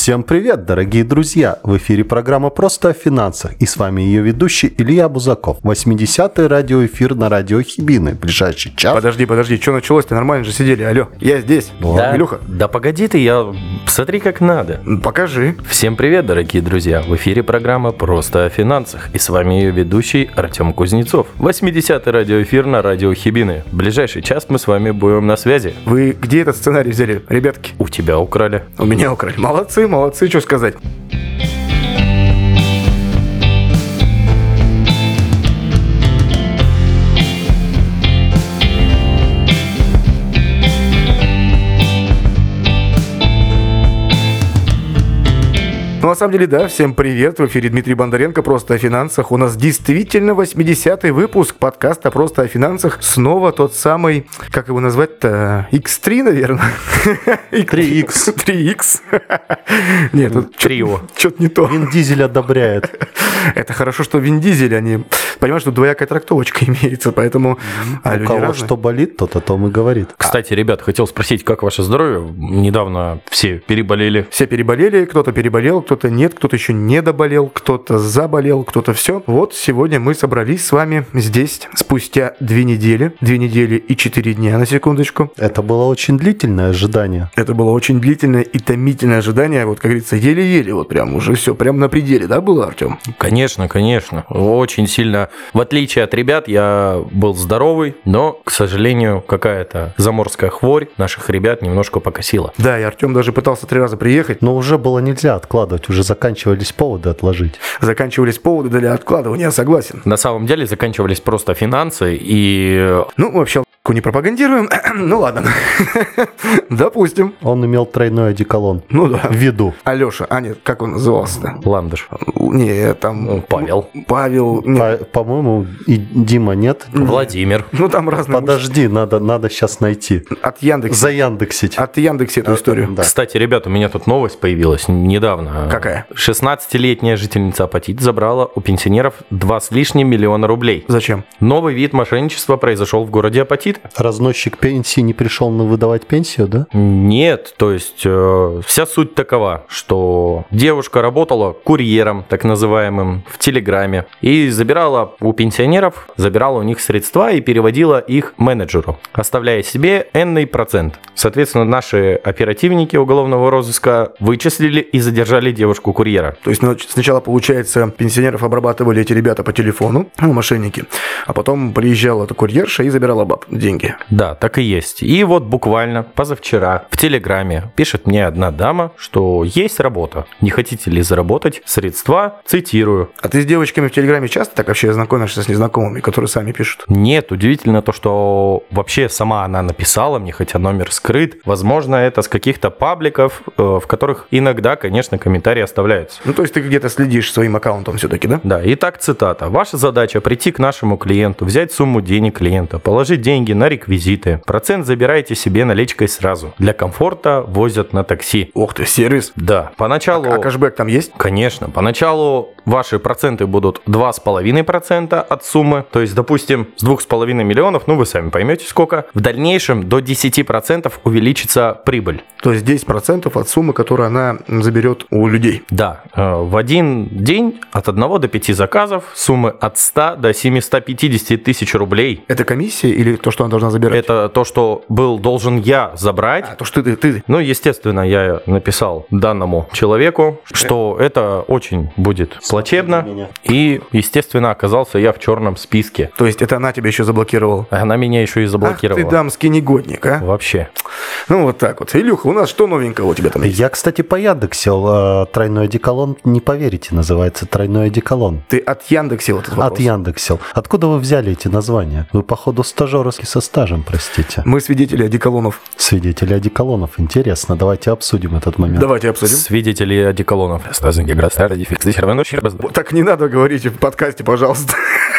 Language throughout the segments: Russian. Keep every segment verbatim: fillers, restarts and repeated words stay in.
Всем привет, дорогие друзья! В эфире программа «Просто о финансах» и с вами ее ведущий Илья Бузаков. восьмидесятый радиоэфир на радио Хибины. Ближайший час. Подожди, подожди, что началось-то? Нормально же сидели. Алло, я здесь. Да, Илюха. Да погоди ты, я... Смотри, как надо. Покажи. Всем привет, дорогие друзья! В эфире программа «Просто о финансах» и с вами ее ведущий Артем Кузнецов. восьмидесятый радиоэфир на радио Хибины. В ближайший час мы с вами будем на связи. Вы где этот сценарий взяли, ребятки? У тебя украли. У меня украли. Молодцы, молодцы, что сказать. Ну, на самом деле, да, всем привет, в эфире Дмитрий Бондаренко, «Просто о финансах». У нас действительно восьмидесятый выпуск подкаста «Просто о финансах». Снова тот самый, как его назвать-то, икс три, наверное? три икс. три икс. Нет, тут Трио. что-то не то. Вин Дизель одобряет. Это хорошо, что Вин Дизель, они... Понимаешь, что двоякая трактовочка имеется, поэтому... А У кого что болит, тот о том и говорит. Кстати, ребят, хотел спросить, как ваше здоровье? Недавно все переболели. Все переболели, кто-то переболел, кто-то нет, кто-то еще не доболел, кто-то заболел, кто-то все. Вот сегодня мы собрались с вами здесь спустя две недели, две недели и четыре дня, на секундочку. Это было очень длительное ожидание. Это было очень длительное и томительное ожидание, вот, как говорится, еле-еле, вот прям уже все, прям на пределе, да, было, Артем? Конечно, конечно. Очень сильно. В отличие от ребят, я был здоровый, но, к сожалению, какая-то заморская хворь наших ребят немножко покосила. Да, и Артем даже пытался три раза приехать. Но уже было нельзя откладывать, уже заканчивались поводы отложить. Заканчивались поводы для откладывания, согласен. На самом деле заканчивались просто финансы и... Ну, вообще, не пропагандируем. Ну, ладно. Допустим. Он имел тройной одеколон. Ну, да. В виду. Алеша, а нет, как он назывался-то? Ландыш. Не, там... Ну, Павел. Павел. Нет. По- по-моему, и Дима нет. Владимир. Ну, там разные... Подожди, надо, надо сейчас найти. От Яндекса. Заяндексить. От Яндекса эту историю. Да. Кстати, ребят, у меня тут новость появилась недавно. Какая? шестнадцатилетняя жительница Апатит забрала у пенсионеров два с лишним миллиона рублей. Зачем? Новый вид мошенничества произошел в городе Апатит. Разносчик пенсии не пришел на выдавать пенсию, да? Нет, то есть э, вся суть такова, что девушка работала курьером, так называемым, в Телеграме, и забирала у пенсионеров, забирала у них средства и переводила их менеджеру, оставляя себе энный процент. Соответственно, наши оперативники уголовного розыска вычислили и задержали девушку-курьера. То есть, ну, сначала, получается, пенсионеров обрабатывали эти ребята по телефону, ну, мошенники, а потом приезжала эта курьерша и забирала баб, деньги. Да, так и есть. И вот буквально позавчера в Телеграме пишет мне одна дама, что есть работа. Не хотите ли заработать средства? Цитирую. А ты с девочками в Телеграме часто так вообще знакомишься с незнакомыми, которые сами пишут? Нет, удивительно то, что вообще сама она написала мне, хотя номер скрыт. Возможно, это с каких-то пабликов, в которых иногда, конечно, комментарии оставляются. Ну, то есть ты где-то следишь своим аккаунтом все-таки, да? Да, итак, цитата. Ваша задача прийти к нашему клиенту, взять сумму денег клиента, положить деньги на реквизиты. Процент забираете себе наличкой сразу. Для комфорта возят на такси. Ох ты, сервис. Да, поначалу... А, а кэшбэк там есть? Конечно, поначалу ваши проценты будут два с половиной процента от суммы. То есть, допустим, с двух с половиной миллионов, ну вы сами поймете сколько. В дальнейшем до десять процентов увеличится прибыль. То есть десять процентов от суммы, которую она заберет у людей. Да, в один день от одного до пяти заказов суммы от ста до семисот пятидесяти тысяч рублей. Это комиссия или то, что она должна забирать? Это то, что был должен я забрать. А, то, что ты, ты. Ну, естественно, я написал данному человеку, что это очень будет плачевно. И, естественно, оказался я в черном списке. То есть это она тебя еще заблокировала? Она меня еще и заблокировала. Ах ты дамский негодник, а? Вообще. Ну, вот так вот. Илюха, у нас что новенького у тебя там есть? Я, кстати, пояндексил. Тройной одеколон, не поверите, называется тройной одеколон. Ты от Яндексил этот вопрос? От Яндексил. Откуда вы взяли эти названия? Вы, походу, стажеры со стажем, простите. Мы свидетели одеколонов. Свидетели одеколонов. Интересно, давайте обсудим этот момент. Давайте обсудим. Свидетели одеколонов. Так не надо говорить в подкасте, пожалуйста.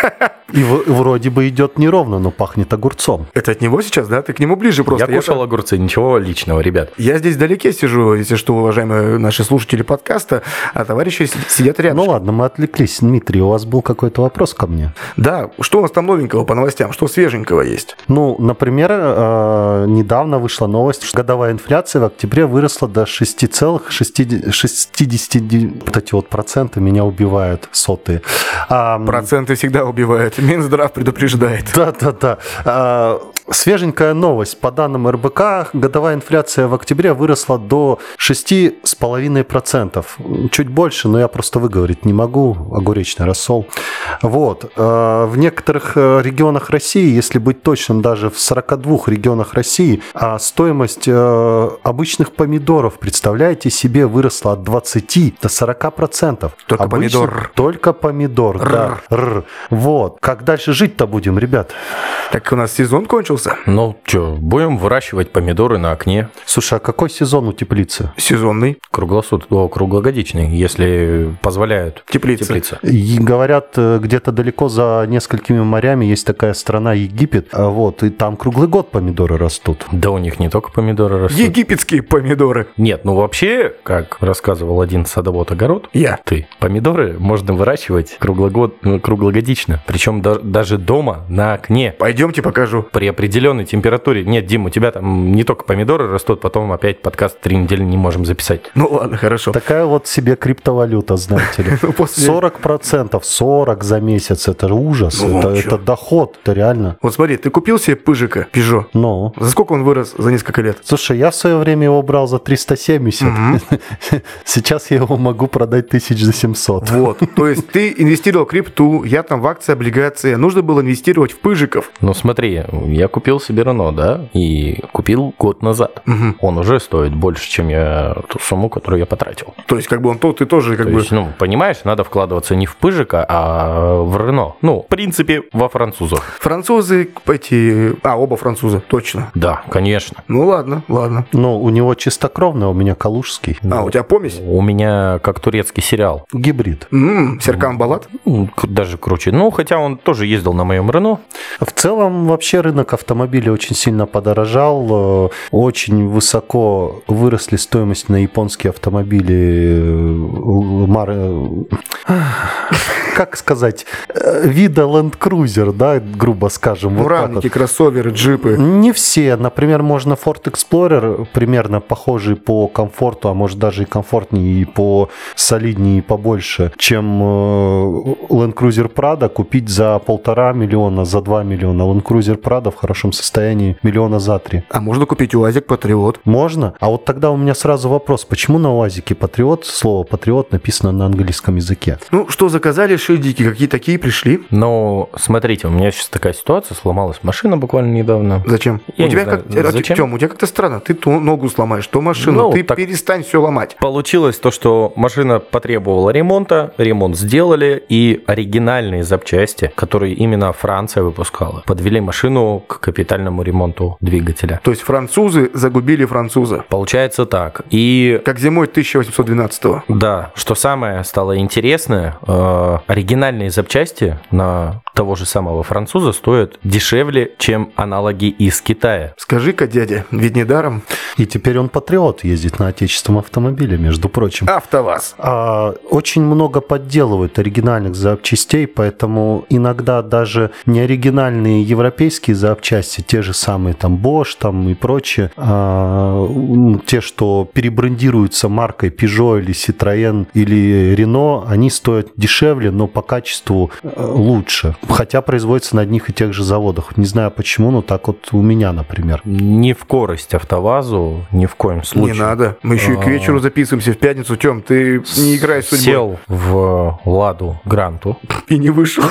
И в- вроде бы идет неровно, но пахнет огурцом. Это от него сейчас, да? Ты к нему ближе просто. Я кушал Я- огурцы, ничего личного, ребят. Я здесь вдалеке сижу, если что, уважаемые наши слушатели подкаста, а товарищи си- сидят рядом. Ну ладно, мы отвлеклись. Дмитрий, у вас был какой-то вопрос ко мне? Да, что у нас там новенького по новостям, что свеженького есть? Ну, например, э, недавно вышла новость, что годовая инфляция в октябре выросла до шесть целых шестьдесят девять. Вот эти вот проценты меня убивают, сотые. А, Проценты всегда убивают. Минздрав предупреждает. Да-да-да. А, Свеженькая новость. По данным эр бэ ка, годовая инфляция в октябре выросла до шесть целых пять десятых процента. Чуть больше, но я просто выговорить не могу. Огуречный рассол. Вот. А, В некоторых э, регионах России, если быть точным, даже в сорока двух регионах России, а стоимость э, обычных помидоров, представляете себе, выросла от двадцати до сорока процентов. Только Обычных- помидор. Только помидор, да. Р. Вот. Как дальше жить-то будем, ребят? Так у нас сезон кончился. Ну, что, будем выращивать помидоры на окне. Слушай, а какой сезон у теплицы? Сезонный. Круглосут... О, круглогодичный, если позволяют. Теплица. Теплица. И говорят, э, где-то далеко за несколькими морями есть такая страна Египет, а вот, и там круглый год помидоры растут. Да у них не только помидоры растут. Египетские помидоры. Нет, ну вообще, как рассказывал один садовод-огород, Я. ты, помидоры можно выращивать круглогод... ну, круглогодично. Причем да- даже дома на окне. Пойдемте покажу. При определенной температуре. Нет, Дим, у тебя там не только помидоры растут, потом опять подкаст три недели не можем записать. Ну ладно, хорошо. Такая вот себе криптовалюта, знаете ли. Ну, после- сорок процентов, сорок за месяц, это же ужас, Ну, это, чё? это доход, это реально. Вот смотри, ты купил себе пыжика, Пежо. Ну, За сколько он вырос за несколько лет? слушай, я в свое время его брал за триста семьдесят, сейчас я его могу продать тысяч за семьсот. Вот. То есть ты инвестировал в крипту, я там в акции, облигации. Нужно было инвестировать в пыжиков. Ну смотри, я купил себе Рено, да, и купил год назад. Мгм. Он уже стоит больше, чем я ту сумму, которую я потратил. То есть как бы он то, ты тоже как То бы... есть, ну, понимаешь, надо вкладываться не в Пыжика, а в Рено. Ну, в принципе, во французах. Французы эти... А, оба француза, точно. Да, конечно. Ну ладно, ладно. Ну, у него чистокровный, а у меня калужский. А, у тебя помесь? У меня как турецкий сериал. Гибрид. М, Серкан Балат? Ну, к- даже круче. Ну, хотя он тоже ездил на моем Рено. В целом, вообще рынок автомобилей очень сильно подорожал. э, Очень высоко выросли стоимости на японские автомобили. э, мар- э, Как сказать? э, Вида Land Cruiser, да, грубо скажем. вот так вот. Муравники, кроссоверы, джипы. Не все. Например, можно Ford Explorer, примерно похожий по комфорту, а может даже и комфортнее, и по солиднее, и побольше, чем э, Land Cruiser Prado купить за полтора миллиона, за два миллиона. Land Cruiser Prado в хорошем состоянии миллиона за три. А можно купить УАЗик Патриот? Можно? А вот тогда у меня сразу вопрос, почему на УАЗике Патриот, слово Патриот написано на английском языке? Ну, что заказали, шильдики, какие такие пришли? Но, смотрите, у меня сейчас такая ситуация, сломалась машина буквально недавно. Зачем? Я у не тебя знаю, как... э, зачем? Тём, у тебя как-то странно. Ты то ногу сломаешь, то машину. Ну, ты так- перестань все ломать. Получилось то, что машина потребовала ремонта, ремонт сделали, и оригинальные запчасти, которые именно Франция выпускала, подвели машину к капитальному ремонту двигателя. То есть французы загубили француза. Получается так. И Как зимой тысяча восемьсот двенадцатого. да, что самое стало интересное, э, оригинальные запчасти на того же самого француза стоят дешевле, чем аналоги из Китая. Скажи-ка, дядя, ведь недаром. И теперь он Патриот ездит на отечественном автомобиле, между прочим. АвтоВАЗ. А, очень много подделывают оригинальных запчастей, поэтому иногда даже не оригинальные европейские запчасти, те же самые там Bosch там и прочее, а, м, те, что перебрендируются маркой Peugeot или Citroën или Renault, они стоят дешевле, но по качеству э, лучше. Хотя производятся на одних и тех же заводах. Не знаю почему, но так вот у меня, например. Не в корость АвтоВАЗу, ни в коем случае. Не надо. Мы еще и к А. вечеру записываемся в пятницу. Тем, ты не играй с судьбой. Сел в Ладу Гранту, И не вышел.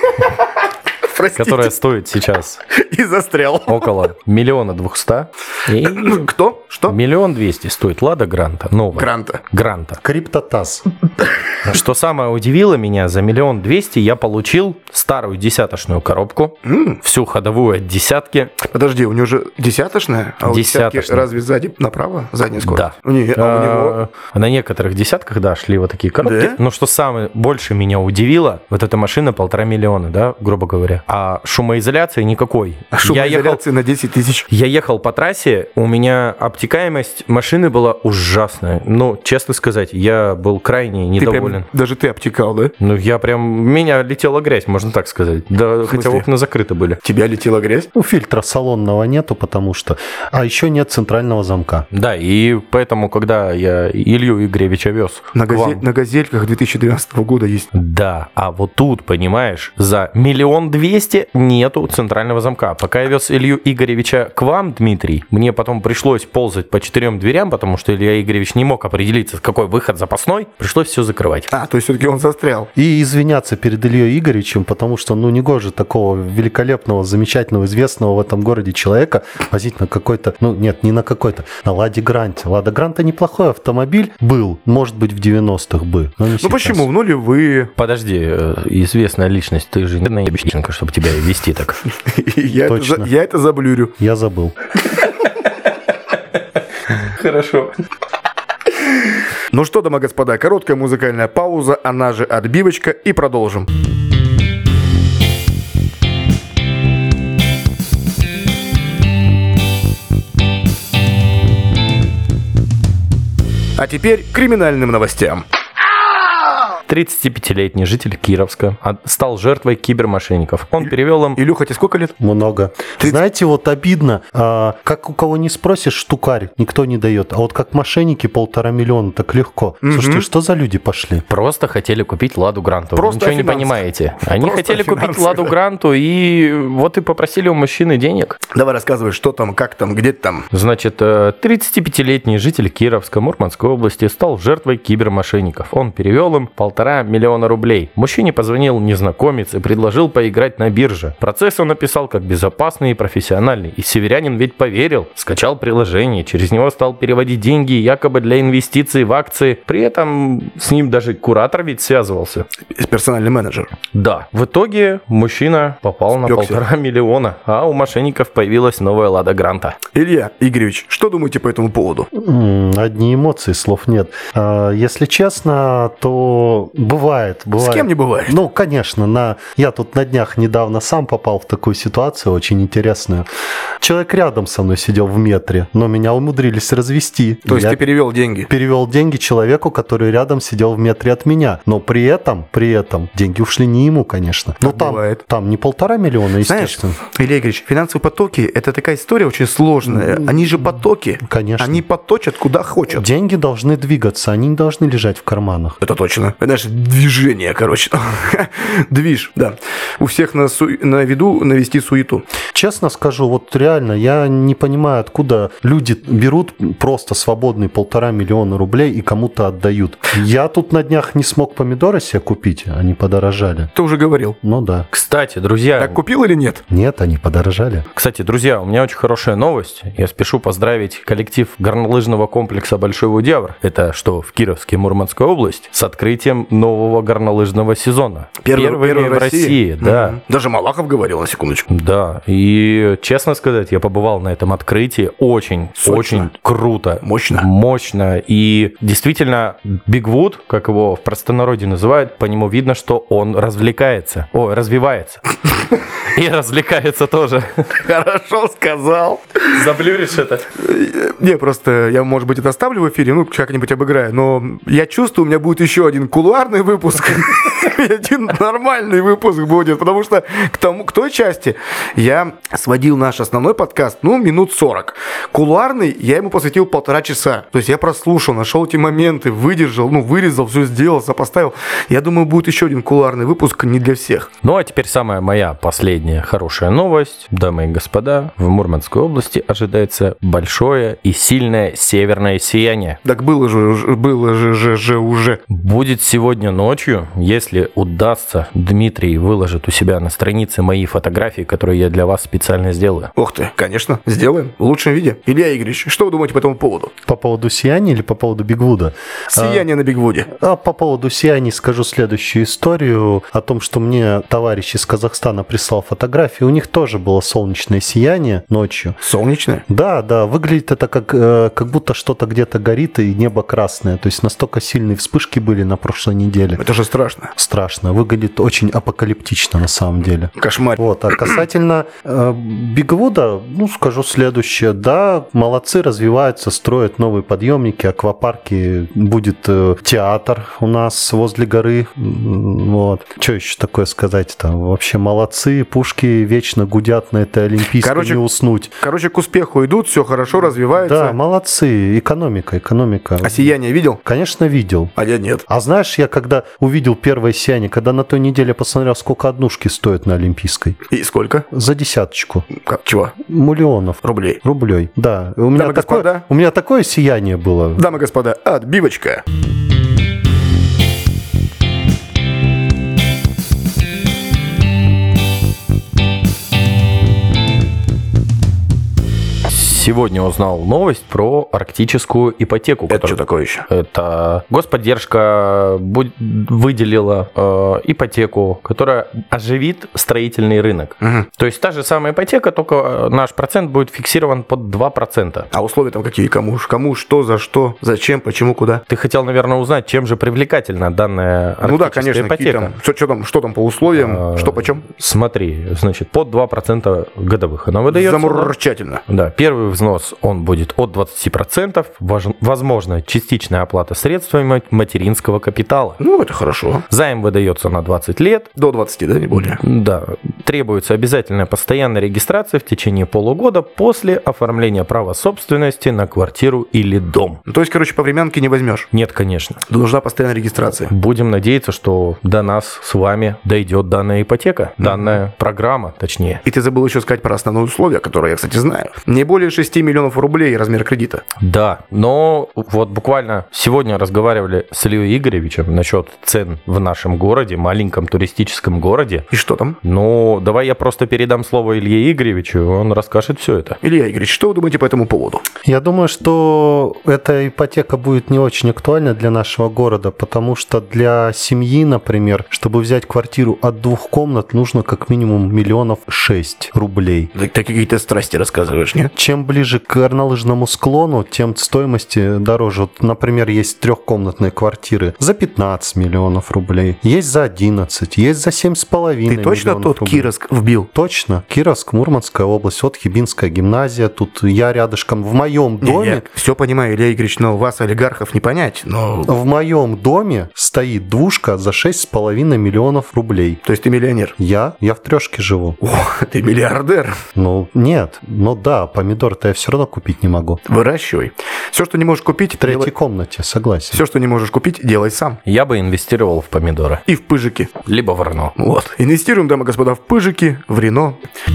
Простите. которая стоит сейчас И застрял. около миллиона двухста. И Кто? Что? Миллион двести стоит Лада Гранта, новая. Гранта. Гранта. Криптотаз. Что самое удивило меня, за миллион двести я получил старую десяточную коробку, М. всю ходовую от десятки. Подожди, у него же десяточная? А у десятки Десяточная. разве сзади направо? Задняя скорость? Да. У не- а у него... А, На некоторых десятках, да, шли вот такие коробки. Да? Но что самое больше меня удивило, вот эта машина полтора миллиона, да, грубо говоря. А шумоизоляции никакой. А Я ехал, шумоизоляция на десять тысяч. я ехал по трассе, у меня обтекаемость машины была ужасная. Ну, честно сказать, я был крайне Ты прям- недоволен. даже ты обтекал, да? Ну, я прям... Меня летела грязь, можно так сказать. Да, хотя смысле? окна закрыты были. Тебя летела грязь? Ну, фильтра салонного нету, потому что... А еще нет центрального замка. Да, и поэтому, когда я Илью Игоревича вез На, к газель- вам- на газельках две тысячи двенадцатого года есть. Да, а вот тут, понимаешь, за миллион двести нету центрального замка. Пока я вез Илью Игоревича к вам, Дмитрий, мне потом пришлось ползать по четырем дверям, потому что Илья Игоревич не мог определиться, какой выход запасной, пришлось все закрывать. А, то есть все-таки он застрял. И извиняться перед Ильей Игоревичем, потому что, ну, не гоже такого великолепного, замечательного, известного в этом городе человека возить на какой-то... Ну, нет, не на какой-то, на Ладе Гранте. Лада Гранта неплохой автомобиль был, может быть, в девяностых бы, но не Ну сейчас. почему? В нулевые. Подожди, э, известная личность, ты же не наебищенка, чтобы тебя вести так. Я это, Точно. за- я это заблюрю. Я забыл. Хорошо. Ну что, дамы и господа, короткая музыкальная пауза, она же отбивочка, и продолжим. А теперь к криминальным новостям. тридцатипятилетний житель Кировска от- стал жертвой кибермошенников. Он перевел им... Илюха, тебе сколько лет? Много. Ты- Знаете, вот обидно, а, как у кого не спросишь, штукарь никто не дает. А вот как мошенники полтора миллиона, так легко. Слушайте, что за люди пошли? Просто хотели купить Ладу Гранту. Вы Просто ничего не финансы. понимаете. Они Просто хотели купить финансы, Ладу да. Гранту и вот и попросили у мужчины денег. Давай рассказывай, что там, как там, где там. Значит, э, тридцатипятилетний житель Кировска, Мурманской области, стал жертвой кибермошенников. Он перевел им полтора миллиона рублей. Мужчине позвонил незнакомец и предложил поиграть на бирже. Процесс он описал как безопасный и профессиональный. И северянин ведь поверил, скачал приложение, через него стал переводить деньги якобы для инвестиций в акции. При этом с ним даже куратор ведь связывался. Персональный менеджер. Да, в итоге мужчина попал на Спекся. полтора миллиона, а у мошенников появилась новая Лада Гранта. Илья Игоревич, что думаете по этому поводу? М, Одни эмоции, слов нет. А, Если честно, то бывает, бывает. С кем не бывает? Ну, конечно, на... я тут на днях недавно сам попал в такую ситуацию очень интересную. Человек рядом со мной сидел в метре, но меня умудрились развести. То есть Я ты перевел деньги? перевел деньги человеку, который рядом сидел в метре от меня. Но при этом, при этом, деньги ушли не ему, конечно. Ну, там, бывает. там не полтора миллиона, Знаешь, естественно. Илья Игоревич, финансовые потоки – это такая история очень сложная. Они же потоки. Конечно. Они поточат куда хотят. Деньги должны двигаться, они не должны лежать в карманах. Это точно. Знаешь, движение, короче. Движ, да. У всех на, су- на виду навести суету. Честно скажу, вот реально, я не понимаю, откуда люди берут просто свободные полтора миллиона рублей и кому-то отдают. Я тут на днях не смог помидоры себе купить, они подорожали. Ты уже говорил. Ну да. Кстати, друзья, Так купил или нет? Нет, они подорожали. Кстати, друзья, у меня очень хорошая новость. Я спешу поздравить коллектив горнолыжного комплекса Большой Вудявр. Это что, в Кировске, Мурманская область, с открытием нового горнолыжного сезона. Первыми в России, да. Мгм. Даже Малахов говорил, на секундочку. Да, и честно сказать, я побывал на этом открытии. Очень, Сочно. очень круто. Мощно. Мощно. И действительно, Бигвуд, как его в простонародье называют, по нему видно, что он развлекается. Ой, развивается. И развлекается тоже. Хорошо сказал. Заблюришь это? Не, просто я, может быть, это оставлю в эфире, ну, как-нибудь обыграю, но я чувствую, у меня будет еще один кулуарный выпуск, и один нормальный выпуск будет, потому что к тому, к той части я сводил наш основной подкаст, ну, минут сорок. Кулуарный я ему посвятил полтора часа. То есть я прослушал, нашел эти моменты, выдержал, ну, вырезал, все сделал, сопоставил. Я думаю, будет еще один кулуарный выпуск не для всех. Ну, а теперь самая моя последняя хорошая новость. Дамы и господа, в Мурманской области ожидается большое и сильное северное сияние. Так было же, уже- было же, же, же уже. Будет сегодня сегодня ночью, если удастся, Дмитрий выложит у себя на странице мои фотографии, которые я для вас специально сделаю. Ух ты, конечно, сделаем в лучшем виде. Илья Игоревич, что вы думаете по этому поводу? По поводу сияния или по поводу Бигвуда? Сияние а, на Бигвуде. А по поводу сияния скажу следующую историю о том, что мне товарищ из Казахстана прислал фотографии. У них тоже было солнечное сияние ночью. Солнечное? Да, да. Выглядит это как, как будто что-то где-то горит и небо красное. То есть настолько сильные вспышки были на прошлой неделе. Это же страшно. Страшно. Выглядит очень апокалиптично на самом деле. Кошмар. Вот. А касательно э, Бигвуда, ну, скажу следующее. Да, молодцы, развиваются, строят новые подъемники, аквапарки. Будет э, театр у нас возле горы. Вот. Что еще такое сказать-то? Вообще молодцы. Пушки вечно гудят на этой Олимпийской, короче, не уснуть. Короче, к успеху идут, все хорошо, развивается. Да, молодцы. Экономика, экономика. А сияние видел? Конечно, видел. А я нет. А знаешь, я когда увидел первое сияние, когда на той неделе посмотрел, сколько однушки стоят на Олимпийской. И сколько? За десяточку. Как, чего? Миллионов. Рублей. Рублей, да. У меня, Дамы, такое, господа. у меня такое сияние было. Дамы и господа, отбивочка. Сегодня узнал новость про арктическую ипотеку. Это что такое еще? Это господдержка выделила э, ипотеку, которая оживит строительный рынок. Угу. То есть та же самая ипотека, только наш процент будет фиксирован под два процента. А условия там какие? Кому, кому, что, за что, зачем, почему, куда? Ты хотел, наверное, узнать, чем же привлекательна данная арктическая ну да, конечно, ипотека. Там, что, что, там, что там по условиям, а, что почем? Смотри, значит, под два процента годовых она выдается. Замурчательно. Да, первый взнос, он будет от двадцати процентов, возможно, частичная оплата средствами материнского капитала. Ну, это хорошо. Займ выдается на двадцать лет. До двадцати, да, не более? Да. Требуется обязательная постоянная регистрация в течение полугода после оформления права собственности на квартиру или дом. Ну, то есть, короче, по временке не возьмешь? Нет, конечно. Нужна постоянная регистрация. Будем надеяться, что до нас с вами дойдет данная ипотека, mm-hmm. данная программа, точнее. И ты забыл еще сказать про основные условия, которые я, кстати, знаю. Не более шести миллионов рублей размер кредита. Да, но вот буквально сегодня разговаривали с Ильей Игоревичем насчет цен в нашем городе, маленьком туристическом городе. И что там? Ну, давай я просто передам слово Илье Игоревичу, он расскажет все это. Илья Игоревич, что вы думаете по этому поводу? Я думаю, что эта ипотека будет не очень актуальна для нашего города, потому что для семьи, например, чтобы взять квартиру от двух комнат, нужно как минимум миллионов шесть рублей. Ты какие-то страсти рассказываешь, нет? Чем ближе к горнолыжному склону, тем стоимости дороже. Вот, например, есть трехкомнатные квартиры за пятнадцать миллионов рублей, есть за одиннадцать, есть за семь с половиной миллионов. Ты точно тот рублей. Кировск вбил? Точно. Кировск, Мурманская область, вот Хибинская гимназия, тут я рядышком, в моем доме. Не, я все понимаю, Илья Игоревич, но вас, олигархов, не понять, но... В моем доме стоит двушка за шесть с половиной миллионов рублей. То есть ты миллионер? Я? Я в трешке живу. О, ты миллиардер. Ну, нет. Ну да, помидор-то я все равно купить не могу. Выращивай. Все, что не можешь купить... В третьей делай... комнате, согласен. Все, что не можешь купить, делай сам. Я бы инвестировал в помидоры. И в пыжики. Либо в Рено. Вот. Инвестируем, дамы и господа, в пыжики, в Рено.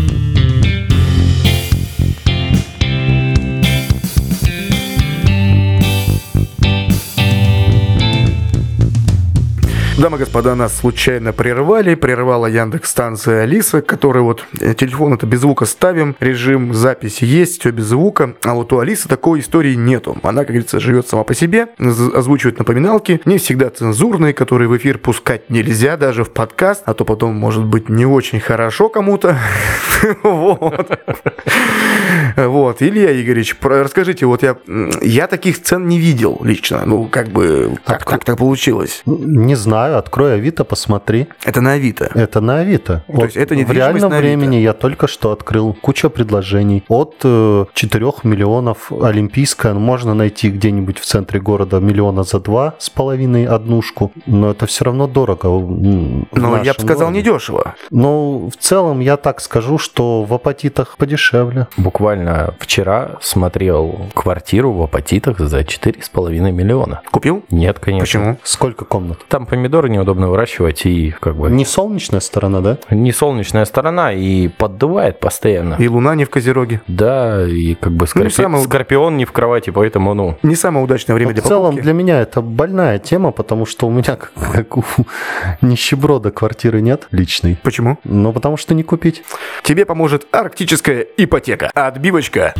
Дамы и господа, нас случайно прервали. Прервала Яндекс-станция Алиса, которая вот телефон это без звука ставим, режим записи есть, все без звука. А вот у Алисы такой истории нету. Она, как говорится, живет сама по себе, озвучивает напоминалки, не всегда цензурные, которые в эфир пускать нельзя, даже в подкаст, а то потом может быть не очень хорошо кому-то. Вот. Вот. Илья Игоревич, расскажите, вот я, я таких цен не видел лично. Ну, как бы, как, как так получилось? Не знаю, открой Авито, посмотри. Это на Авито? Это на Авито. То вот есть это в реальном времени я только что открыл кучу предложений. От э, четырёх миллионов олимпийская, можно найти где-нибудь в центре города миллиона за два с половиной однушку, но это все равно дорого. Но я бы сказал, городе. Недешево. Ну, в целом, я так скажу, что в Апатитах подешевле. Буквально вчера смотрел квартиру в Апатитах за четыре с половиной миллиона. Купил? Нет, конечно. Почему? Сколько комнат? Там помидоры помидоры неудобно выращивать и как бы... Не солнечная сторона, да? Не солнечная сторона и поддувает постоянно. И луна не в Козероге. Да, и как бы скорпи... самое... скорпион не в кровати, поэтому, ну... Не самое удачное время Но для в целом покупки. для меня это больная тема, потому что у меня, как, как у нищеброда, квартиры нет личной. Почему? Ну, потому что не купить. Тебе поможет арктическая ипотека. Отбивочка.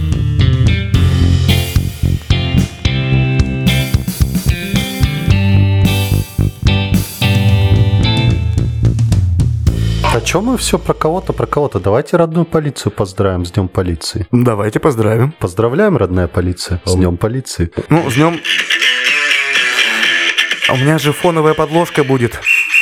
А чё мы все про кого-то, про кого-то? Давайте родную полицию поздравим с Днем полиции. Давайте поздравим. Поздравляем, родная полиция, с Днем полиции. Ну, с днем... А у меня же фоновая подложка будет.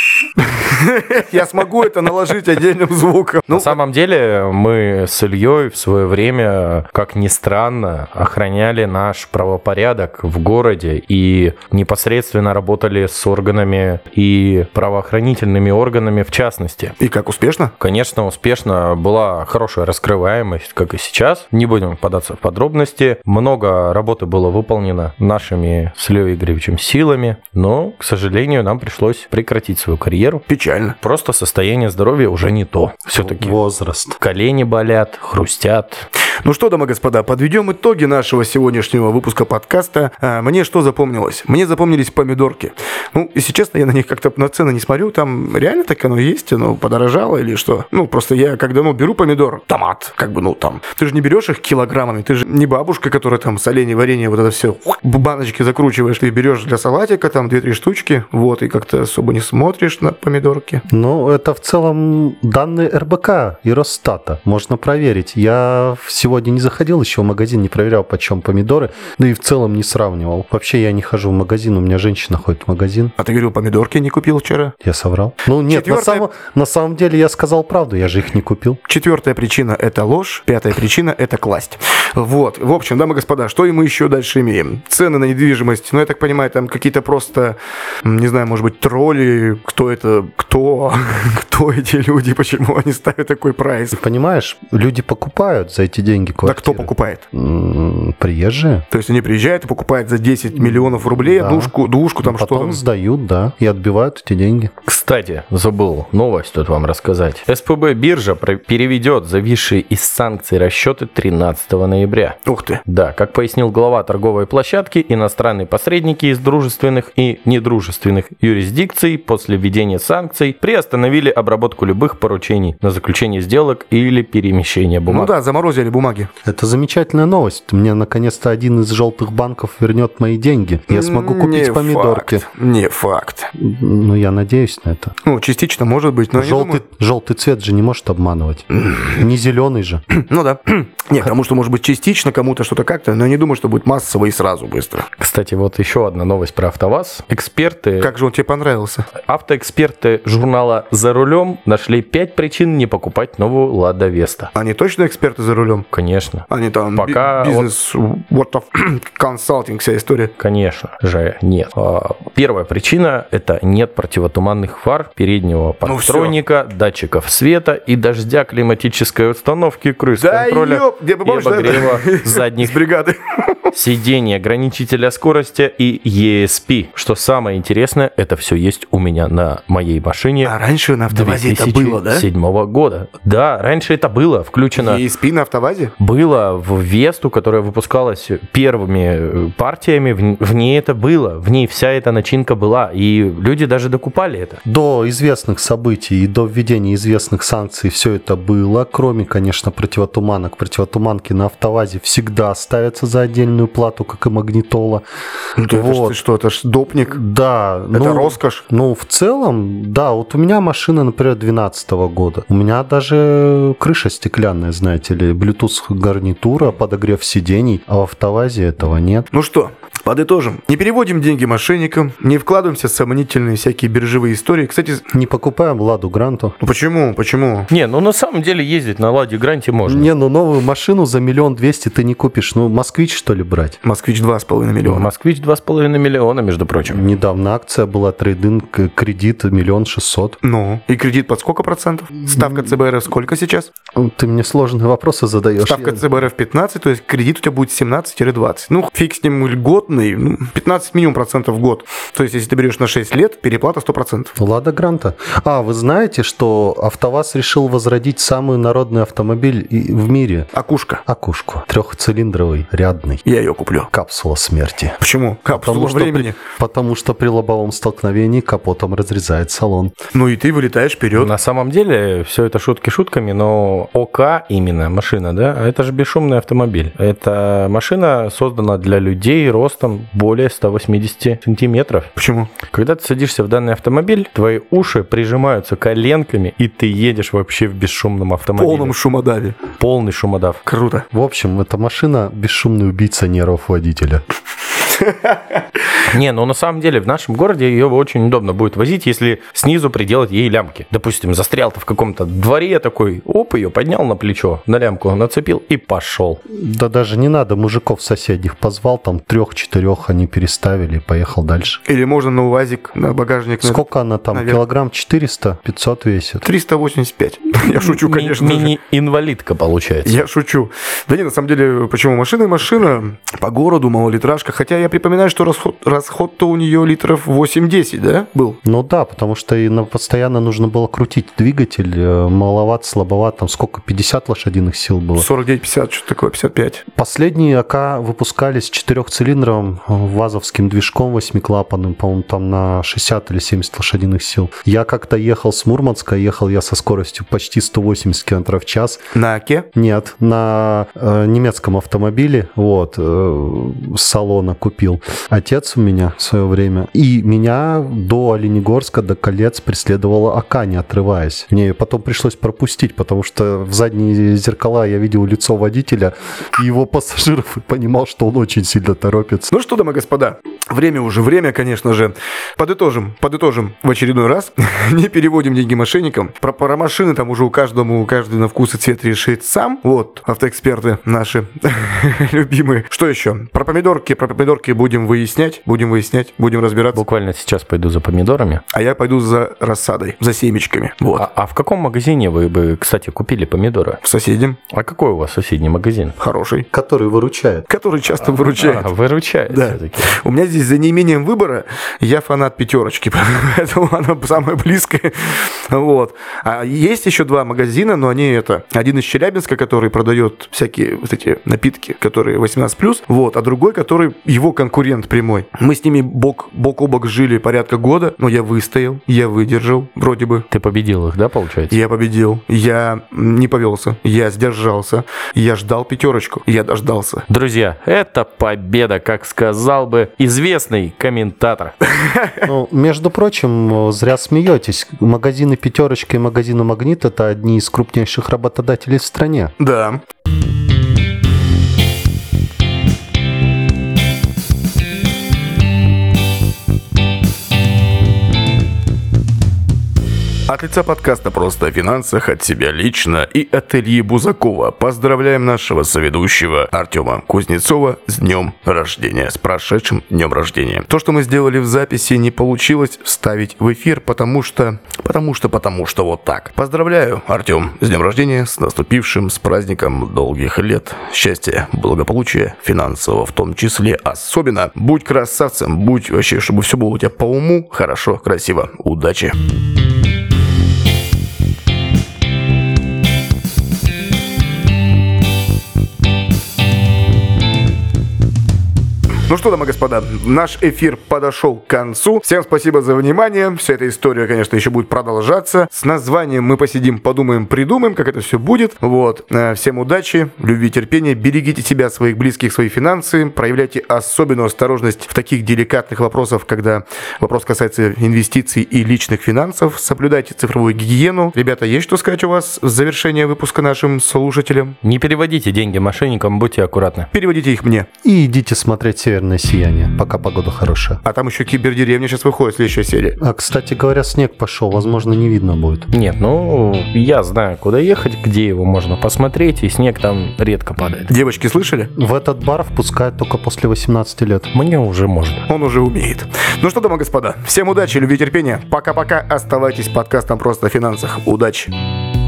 Я смогу это наложить отдельным звуком. На самом деле мы с Ильей в свое время, как ни странно, охраняли наш правопорядок в городе и непосредственно работали с органами и правоохранительными органами в частности. И как успешно? Конечно, успешно. Была хорошая раскрываемость, как и сейчас. Не будем впадаться в подробности. Много работы было выполнено нашими с Ильей Игоревичем силами, но, к сожалению, нам пришлось прекратить свою карьеру. Печально. Просто состояние здоровья уже не то. Все-таки возраст. Колени болят, хрустят. Ну что, дамы и господа, подведем итоги нашего сегодняшнего выпуска подкаста. А, мне что запомнилось? Мне запомнились помидорки. Ну, если честно, я на них как-то на цены не смотрю. Там реально так оно есть? Оно подорожало или что? Ну, просто я, когда, ну, беру помидор, томат, как бы, ну, там. Ты же не берешь их килограммами. Ты же не бабушка, которая там соленье, варенье, вот это все в баночки закручиваешь. Ты берешь для салатика там две-три штучки, вот, и как-то особо не смотришь на помидорки. Ну, это в целом данные эр бэ ка и Росстата. Можно проверить. Я сегодня не заходил еще в магазин, не проверял, почем помидоры, да и в целом не сравнивал. Вообще я не хожу в магазин, у меня женщина ходит в магазин. А ты говорил, помидорки не купил вчера? Я соврал. Ну нет, на, Четвертая- самом, на самом деле я сказал правду, я же их не купил. Четвертая причина – это ложь. Пятая причина – это класть. Вот. В общем, дамы и господа, что и мы еще дальше имеем? Цены на недвижимость. Ну, я так понимаю, там какие-то просто, не знаю, может быть, тролли. Кто это? Кто? Кто эти люди? Почему они ставят такой прайс? Понимаешь, люди покупают за эти деньги Да квартиры. кто покупает? М, Приезжие. То есть они приезжают и покупают за десять миллионов рублей Да. двушку, двушку там Потом что там. сдают, да, и отбивают эти деньги. Кстати, забыл новость тут вам рассказать. эс пэ бэ биржа про- переведет зависшие из санкций расчеты тринадцатого ноября. Ух ты. Да, как пояснил глава торговой площадки, иностранные посредники из дружественных и недружественных юрисдикций после введения санкций приостановили обработку любых поручений на заключение сделок или перемещение Ну бумаг. да, заморозили бумаги. Это замечательная новость. Мне наконец-то один из желтых банков вернет мои деньги. Я смогу купить Не помидорки. факт. Не факт. Ну, я надеюсь на это. Ну, частично может быть, но я не Желтый, думаю. желтый цвет же не может обманывать. Не зеленый же. Ну да. Нет, кому что может быть частично, кому-то что-то как-то, но я не думаю, что будет массово и сразу быстро. Кстати, вот еще одна новость про АвтоВАЗ. Эксперты, Как же он тебе понравился? автоэксперты журнала «За рулем» нашли пять причин не покупать новую «Лада Веста». Они точно эксперты за рулем? Конечно. Они там Пока би- бизнес, what of консалтинг, вся история. Конечно же нет. А, Первая причина – это нет противотуманных фар, переднего Ну парктроника, датчиков света и дождя, климатической установки, круиз-контроля ёп, где бы и помнишь, да, обогрева это? задних С бригады. сидений, ограничителя скорости и и эс пи. Что самое интересное, это все есть у меня на моей машине. А раньше на автовазе это было, да? две тысячи седьмого года. Да, раньше это было включено. и эс пи на автовазе? Было в Весту, которая выпускалась первыми партиями, в, в ней это было, в ней вся эта начинка была, и люди даже докупали это. До известных событий и до введения известных санкций все это было, кроме, конечно, противотуманок. Противотуманки на автовазе всегда ставятся за отдельную плату, как и магнитола. Ну, это ж Вот. ты что, это ж допник. Да. Это роскошь. Ну, в целом, да, вот у меня машина, например, двенадцатого года. У меня даже крыша стеклянная, знаете ли, Bluetooth-гарнитура, подогрев сидений, а в автовазе этого нет. Ну что, подытожим. Не переводим деньги мошенникам, не вкладываемся в сомнительные всякие биржевые истории. Кстати, Не покупаем Ладу Гранту. ну почему? Почему? Не, ну на самом деле ездить на Ладе Гранте можно. Не, ну новую машину за миллион двести ты не купишь. Ну, Москвич, что ли, брать? Москвич два с половиной миллиона. Москвич два с половиной миллиона, между прочим. Недавно акция была, трейдинг, кредит миллион шестьсот. Ну, и кредит под сколько процентов? Ставка цэ бэ эр эф сколько сейчас? Ты мне сложные вопросы задаешь. Ставка Я- цэ бэ эр эф пятнадцать, то есть кредит у тебя будет семнадцать-двадцать. Ну, фиг с ним льготный доходный, ну, пятнадцать минимум процентов в год. То есть, если ты берешь на шесть лет, переплата сто процентов. Лада Гранта. А, вы знаете, что АвтоВАЗ решил возродить самый народный автомобиль в мире? Акушка. Акушку. Трехцилиндровый, рядный. Я ее куплю. Капсула смерти. Почему? Капсула Потому времени. Что при, потому что при лобовом столкновении капотом разрезает салон. Ну и ты вылетаешь вперед. На самом деле, все это шутки шутками, но ОК именно, машина, да, это же бесшумный автомобиль. Эта машина создана для людей ростом более ста восьмидесяти сантиметров. Почему? Когда ты садишься в данный автомобиль, твои уши прижимаются коленками, и ты едешь вообще в бесшумном В автомобиле. полном шумодаве. Полный шумодав. Круто. В общем, эта машина бесшумный убийца нервов водителя. Не, ну на самом деле в нашем городе ее очень удобно будет возить, если снизу приделать ей лямки. Допустим, застрял ты в каком-то дворе такой, оп, ее поднял на плечо, на лямку нацепил и пошел. Да даже не надо, мужиков соседних позвал, там трех-четырех они переставили и поехал дальше. Или можно на УАЗик, на багажник. Сколько она там? Наверное. Килограмм четыреста пятьсот весит. триста восемьдесят пять. Я шучу, Ми- конечно же. Мини-инвалидка получается. Я шучу. Да не, на самом деле, почему машина и машина по городу, малолитражка. Хотя я припоминаю, что расход, расход-то у нее литров восемь-десять, да, был? Ну да, потому что и на- постоянно нужно было крутить двигатель, э, маловат, слабоват, там сколько, пятьдесят лошадиных сил было. сорок девять пятьдесят, что-то такое, пятьдесят пять. Последние АК выпускались четырехцилиндровым э, вазовским движком восьмиклапанным, по-моему, там на шестьдесят или семьдесят лошадиных сил. Я как-то ехал с Мурманска, ехал я со скоростью почти сто восемьдесят километров в час. На АКе? Нет, на э, немецком автомобиле, вот, э, с салона купил отец у меня в свое время. И меня до Оленегорска, до Колец преследовала АК, не отрываясь. Мне ее потом пришлось пропустить, потому что в задние зеркала я видел лицо водителя и его пассажиров и понимал, что он очень сильно торопится. Ну что, дамы и господа, время уже время, конечно же. Подытожим, подытожим в очередной раз. Не переводим деньги мошенникам. Про, про машины там уже у каждого, у каждого на вкус и цвет решит сам. Вот, автоэксперты наши любимые. Что еще? Про помидорки, про помидорки будем выяснять, будем выяснять, будем разбираться. Буквально сейчас пойду за помидорами. А я пойду за рассадой, за семечками. Вот. А, а в каком магазине вы бы, кстати, купили помидоры? В соседнем. А какой у вас соседний магазин? Хороший. Который выручает. Который часто выручает. А, выручает Да. все-таки. У меня здесь за неимением выбора я фанат пятерочки, поэтому она самая близкая. Вот. А есть еще два магазина, но они это... Один из Челябинска, который продает всякие вот эти напитки, которые восемнадцать плюс, вот, а другой, который его конкурент прямой. Мы с ними бок, бок о бок жили порядка года, но я выстоял, я выдержал, вроде бы. Ты победил их, да, получается? Я победил, я не повелся, я сдержался, я ждал пятерочку, я дождался. Друзья, это победа, как сказал бы известный комментатор. Ну, между прочим, зря смеетесь. Магазины «Пятерочка» и магазины «Магнит» — это одни из крупнейших работодателей в стране. Да. От лица подкаста «Просто о финансах», от себя лично и от Ильи Бузакова поздравляем нашего соведущего Артема Кузнецова с днем рождения, с прошедшим днем рождения. То, что мы сделали в записи, не получилось вставить в эфир, потому что, потому что, потому что вот так. Поздравляю, Артем, с днем рождения, с наступившим, с праздником долгих лет, счастья, благополучия, финансового в том числе, особенно. Будь красавцем, будь вообще, чтобы все было у тебя по уму, хорошо, красиво, удачи. Ну что, дамы и господа, наш эфир подошел к концу. Всем спасибо за внимание. Вся эта история, конечно, еще будет продолжаться. С названием мы посидим, подумаем, придумаем, как это все будет. Вот. Всем удачи, любви, терпения. Берегите себя, своих близких, свои финансы. Проявляйте особенную осторожность в таких деликатных вопросах, когда вопрос касается инвестиций и личных финансов. Соблюдайте цифровую гигиену. Ребята, есть что сказать у вас в завершение выпуска нашим слушателям? Не переводите деньги мошенникам, будьте аккуратны. Переводите их мне. И идите смотреть «Северное сияние», пока погода хорошая. А там еще Кибердеревня сейчас выходит, следующая серия. А, кстати говоря, снег пошел, возможно, не видно будет. Нет, ну, я знаю, куда ехать, где его можно посмотреть, и снег там редко падает. Девочки, слышали? В этот бар впускают только после восемнадцати лет. Мне уже можно. Он уже умеет. Ну что, дамы и господа, всем удачи, любви, терпения. Пока-пока. Оставайтесь с подкастом «Просто о финансах». Удачи.